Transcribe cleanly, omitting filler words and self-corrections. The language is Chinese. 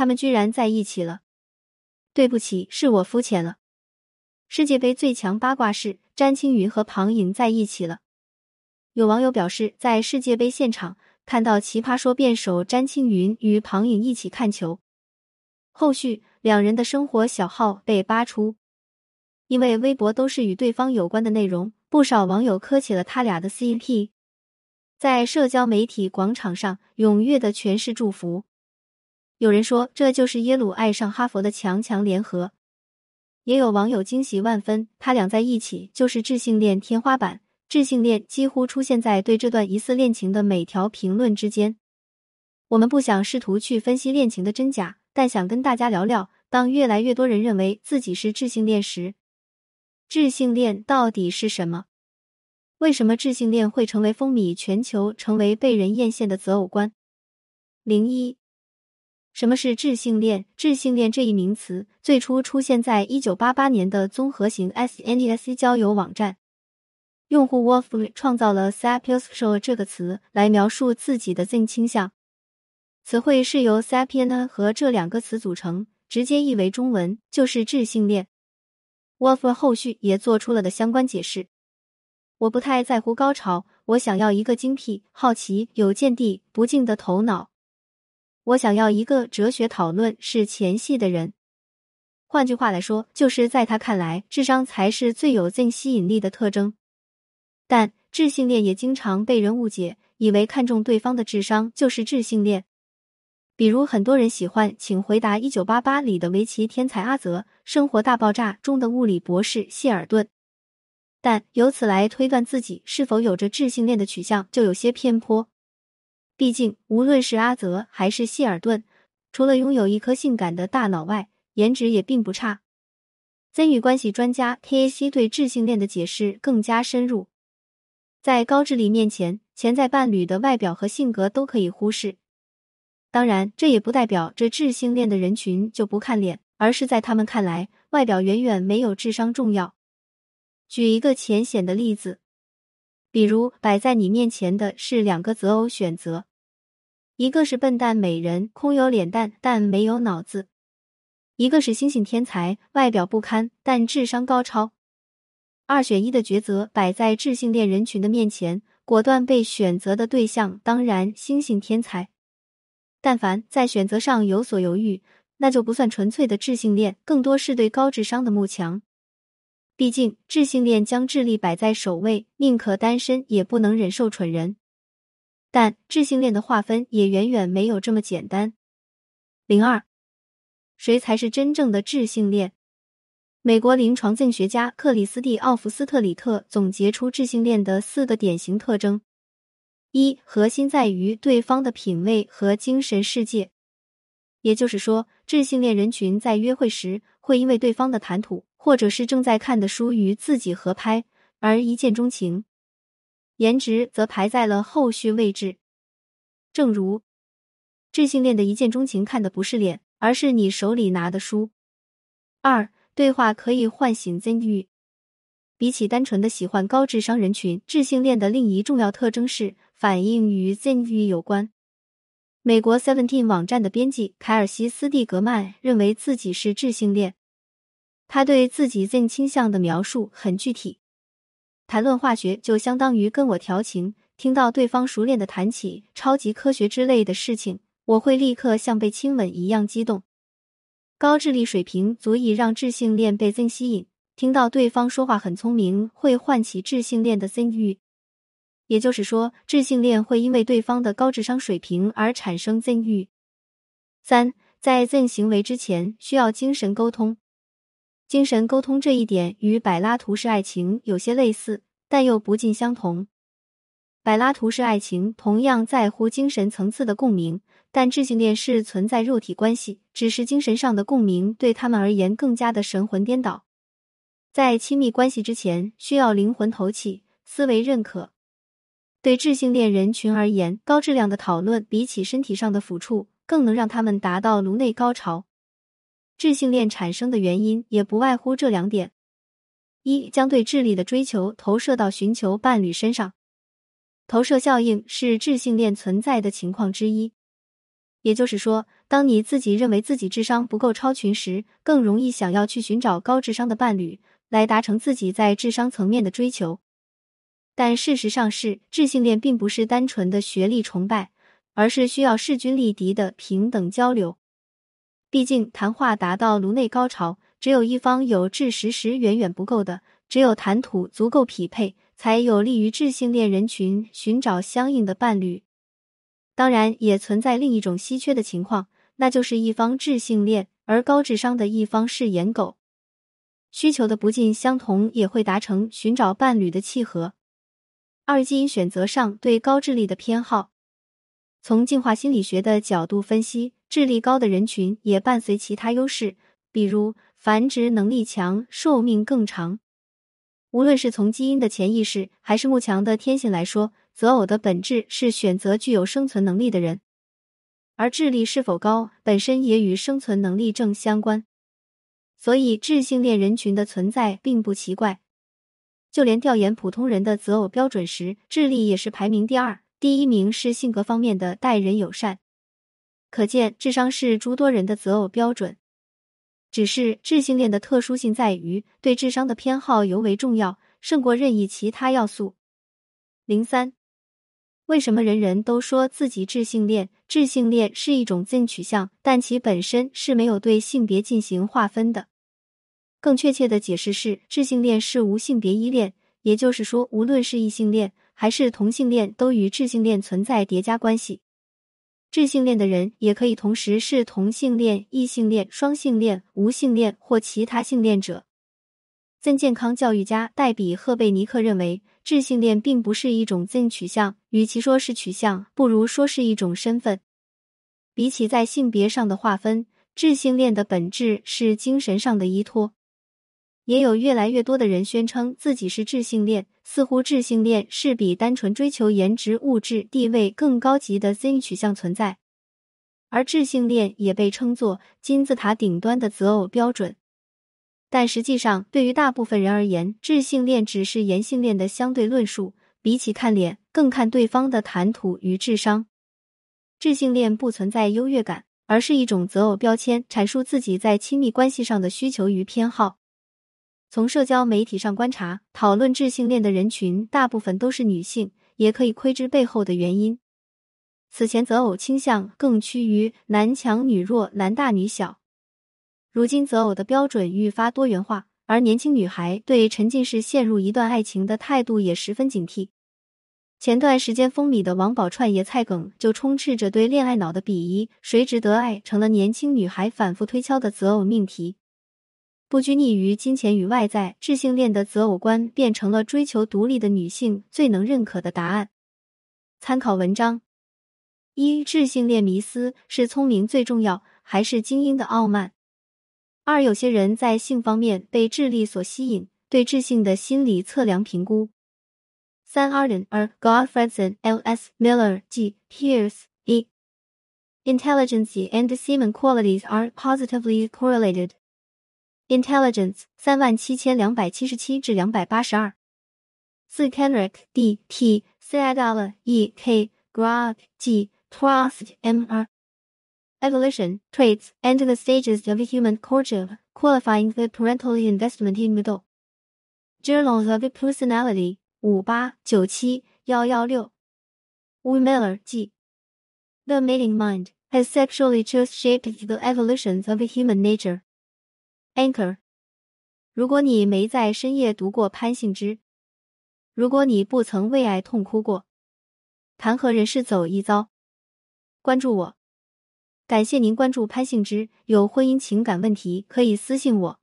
他们居然在一起了。对不起，是我肤浅了。世界杯最强八卦是詹青云和庞颖在一起了。有网友表示，在世界杯现场看到奇葩说辩手詹青云与庞颖一起看球。后续两人的生活小号被扒出，因为微博都是与对方有关的内容，不少网友磕起了他俩的 CP， 在社交媒体广场上踊跃的诠释祝福。有人说这就是耶鲁爱上哈佛的强强联合，也有网友惊喜万分，他俩在一起就是智性恋天花板，智性恋几乎出现在对这段疑似恋情的每条评论之间。我们不想试图去分析恋情的真假，但想跟大家聊聊，当越来越多人认为自己是智性恋时，智性恋到底是什么？为什么智性恋会成为风靡全球，成为被人艳羡的择偶观？01什么是智性恋？智性恋这一名词最初出现在1988年的综合型 SNS 交友网站，用户 Wolf 创造了 sapiosexual 这个词来描述自己的性倾向。词汇是由 sapien 和这两个词组成，直接译为中文就是智性恋。Wolf 后续也做出了的相关解释。我不太在乎高潮，我想要一个精辟、好奇、有见地不尽的头脑。我想要一个哲学讨论是前戏的人。换句话来说，就是在他看来，智商才是最有性吸引力的特征。但智性恋也经常被人误解，以为看重对方的智商就是智性恋。比如很多人喜欢《请回答1988》里的围棋天才阿泽，《生活大爆炸》中的物理博士谢尔顿，但由此来推断自己是否有着智性恋的取向就有些偏颇。毕竟无论是阿泽还是谢尔顿，除了拥有一颗性感的大脑外，颜值也并不差。增与关系专家 KAC 对智性恋的解释更加深入，在高智力面前，潜在伴侣的外表和性格都可以忽视。当然，这也不代表这智性恋的人群就不看脸，而是在他们看来，外表远远没有智商重要。举一个浅显的例子，比如摆在你面前的是两个择偶选择，一个是笨蛋美人，空有脸蛋但没有脑子；一个是星星天才，外表不堪但智商高超。2选1的抉择摆在智性恋人群的面前，果断被选择的对象当然星星天才。但凡在选择上有所犹豫，那就不算纯粹的智性恋，更多是对高智商的慕强。毕竟智性恋将智力摆在首位，宁可单身也不能忍受蠢人。但智性恋的划分也远远没有这么简单。02谁才是真正的智性恋？美国临床性学家克里斯蒂奥弗斯特里特总结出智性恋的4个典型特征。1. 核心在于对方的品味和精神世界。也就是说，智性恋人群在约会时会因为对方的谈吐，或者是正在看的书与自己合拍而一见钟情，颜值则排在了后续位置。正如智性恋的一见钟情看的不是脸，而是你手里拿的书。2. 对话可以唤醒增欲。比起单纯的喜欢高智商人群，智性恋的另一重要特征是反应与增欲有关。美国 Seventeen 网站的编辑凯尔西斯蒂格曼认为自己是智性恋，他对自己性倾向的描述很具体。谈论化学就相当于跟我调情，听到对方熟练地谈起超级科学之类的事情，我会立刻像被亲吻一样激动。高智力水平足以让智性恋被增吸引，听到对方说话很聪明，会唤起智性恋的增欲。也就是说，智性恋会因为对方的高智商水平而产生增欲。3. 在增行为之前需要精神沟通。精神沟通这一点与柏拉图式爱情有些类似，但又不尽相同。柏拉图式爱情同样在乎精神层次的共鸣，但智性恋是存在肉体关系，只是精神上的共鸣对他们而言更加的神魂颠倒。在亲密关系之前，需要灵魂投契，思维认可。对智性恋人群而言，高质量的讨论比起身体上的抚触，更能让他们达到颅内高潮。智性恋产生的原因也不外乎这2点。1. 将对智力的追求投射到寻求伴侣身上。投射效应是智性恋存在的情况之一。也就是说， 当你自己认为自己智商不够超群时，更容易想要去寻找高智商的伴侣，来达成自己在智商层面的追求。但事实上是，智性恋并不是单纯的学历崇拜，而是需要势均力敌的平等交流。毕竟谈话达到颅内高潮，只有一方有智识是远远不够的，只有谈吐足够匹配，才有利于智性恋人群寻找相应的伴侣。当然，也存在另一种稀缺的情况，那就是一方智性恋，而高智商的一方是颜狗。需求的不尽相同，也会达成寻找伴侣的契合。二、基因选择上对高智力的偏好。从进化心理学的角度分析，智力高的人群也伴随其他优势，比如繁殖能力强、寿命更长。无论是从基因的潜意识，还是慕强的天性来说，择偶的本质是选择具有生存能力的人。而智力是否高，本身也与生存能力正相关。所以智性恋人群的存在并不奇怪。就连调研普通人的择偶标准时，智力也是排名第二，第一名是性格方面的待人友善。可见智商是诸多人的择偶标准。只是智性恋的特殊性在于对智商的偏好尤为重要，胜过任意其他要素。03. 为什么人人都说自己智性恋？智性恋是一种性取向，但其本身是没有对性别进行划分的。更确切的解释是，智性恋是无性别依恋，也就是说，无论是异性恋还是同性恋，都与智性恋存在叠加关系。智性恋的人也可以同时是同性恋、异性恋、双性恋、无性恋或其他性恋者。真健康教育家戴比·赫贝尼克认为，智性恋并不是一种性取向，与其说是取向，不如说是一种身份。比起在性别上的划分，智性恋的本质是精神上的依托。也有越来越多的人宣称自己是智性恋，似乎智性恋是比单纯追求颜值、物质、地位更高级的性取向存在。而智性恋也被称作金字塔顶端的择偶标准。但实际上，对于大部分人而言，智性恋只是颜性恋的相对论述，比起看脸，更看对方的谈吐与智商。智性恋不存在优越感，而是一种择偶标签，阐述自己在亲密关系上的需求与偏好。从社交媒体上观察，讨论智性恋的人群大部分都是女性，也可以窥知背后的原因。此前择偶倾向更趋于男强女弱、男大女小。如今择偶的标准愈发多元化，而年轻女孩对沉浸式陷入一段爱情的态度也十分警惕。前段时间风靡的王宝钏爷菜梗就充斥着对恋爱脑的鄙夷，谁值得爱成了年轻女孩反复推敲的择偶命题。不拘泥于金钱与外在，智性恋的择偶观变成了追求独立的女性最能认可的答案。参考文章。一、智性恋迷思是聪明最重要，还是精英的傲慢？二、有些人在性方面被智力所吸引，对智性的心理测量评估。三、Arden Gottfredson L.S. Miller G. Pierce E. Intelligence and semen qualities are positively correlated. Intelligence 37277至282。四 Kenrick D. T. Sadala E. K. Grog G. Trost M. R. Evolution, Traits, and the Stages of Human Courtship, Qualifying the Parental Investment in Middle. Journals of Personality 58971116。Miller G. The mating mind has sexually just shaped the evolutions of human nature. Anchor。 如果你没在深夜读过潘幸之，如果你不曾为爱痛哭过，谈何人世走一遭？关注我。感谢您关注潘幸之，有婚姻情感问题可以私信我。